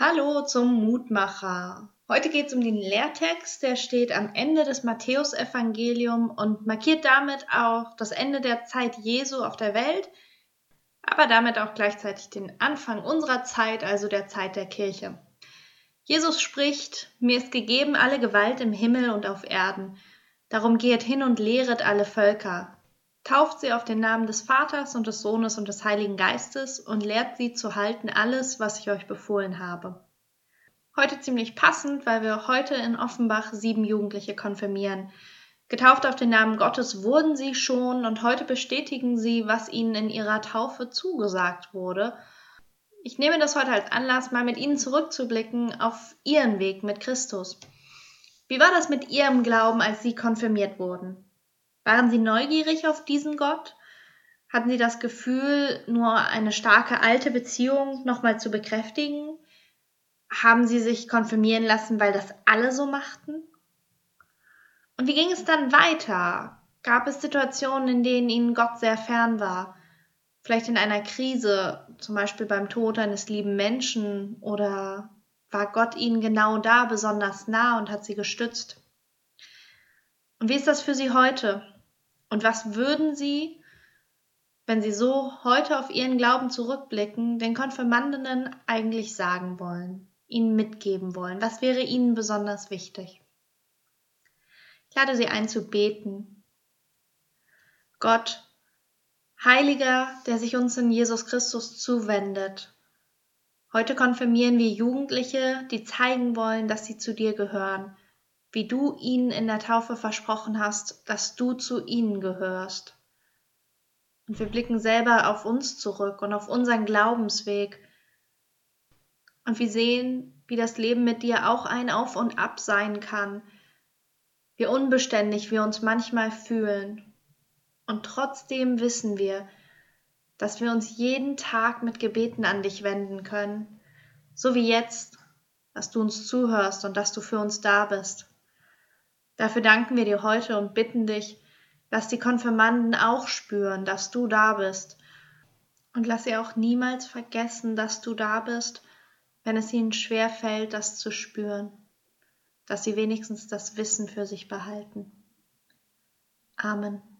Hallo zum Mutmacher. Heute geht es um den Lehrtext, der steht am Ende des Matthäusevangeliums und markiert damit auch das Ende der Zeit Jesu auf der Welt, aber damit auch gleichzeitig den Anfang unserer Zeit, also der Zeit der Kirche. Jesus spricht: Mir ist gegeben alle Gewalt im Himmel und auf Erden. Darum gehet hin und lehret alle Völker. Tauft sie auf den Namen des Vaters und des Sohnes und des Heiligen Geistes und lehrt sie zu halten alles, was ich euch befohlen habe. Heute ziemlich passend, weil wir heute in Offenbach 7 Jugendliche konfirmieren. Getauft auf den Namen Gottes wurden sie schon und heute bestätigen sie, was ihnen in ihrer Taufe zugesagt wurde. Ich nehme das heute als Anlass, mal mit ihnen zurückzublicken auf ihren Weg mit Christus. Wie war das mit ihrem Glauben, als sie konfirmiert wurden? Waren sie neugierig auf diesen Gott? Hatten sie das Gefühl, nur eine starke alte Beziehung nochmal zu bekräftigen? Haben sie sich konfirmieren lassen, weil das alle so machten? Und wie ging es dann weiter? Gab es Situationen, in denen ihnen Gott sehr fern war? Vielleicht in einer Krise, zum Beispiel beim Tod eines lieben Menschen, oder war Gott ihnen genau da besonders nah und hat sie gestützt? Und wie ist das für sie heute? Und was würden sie, wenn sie so heute auf ihren Glauben zurückblicken, den Konfirmandinnen eigentlich sagen wollen, ihnen mitgeben wollen? Was wäre ihnen besonders wichtig? Ich lade sie ein zu beten. Gott, Heiliger, der sich uns in Jesus Christus zuwendet. Heute konfirmieren wir Jugendliche, die zeigen wollen, dass sie zu dir gehören, wie du ihnen in der Taufe versprochen hast, dass du zu ihnen gehörst. Und wir blicken selber auf uns zurück und auf unseren Glaubensweg. Und wir sehen, wie das Leben mit dir auch ein Auf und Ab sein kann, wie unbeständig wir uns manchmal fühlen. Und trotzdem wissen wir, dass wir uns jeden Tag mit Gebeten an dich wenden können, so wie jetzt, dass du uns zuhörst und dass du für uns da bist. Dafür danken wir dir heute und bitten dich, lass die Konfirmanden auch spüren, dass du da bist. Und lass sie auch niemals vergessen, dass du da bist, wenn es ihnen schwer fällt, das zu spüren, dass sie wenigstens das Wissen für sich behalten. Amen.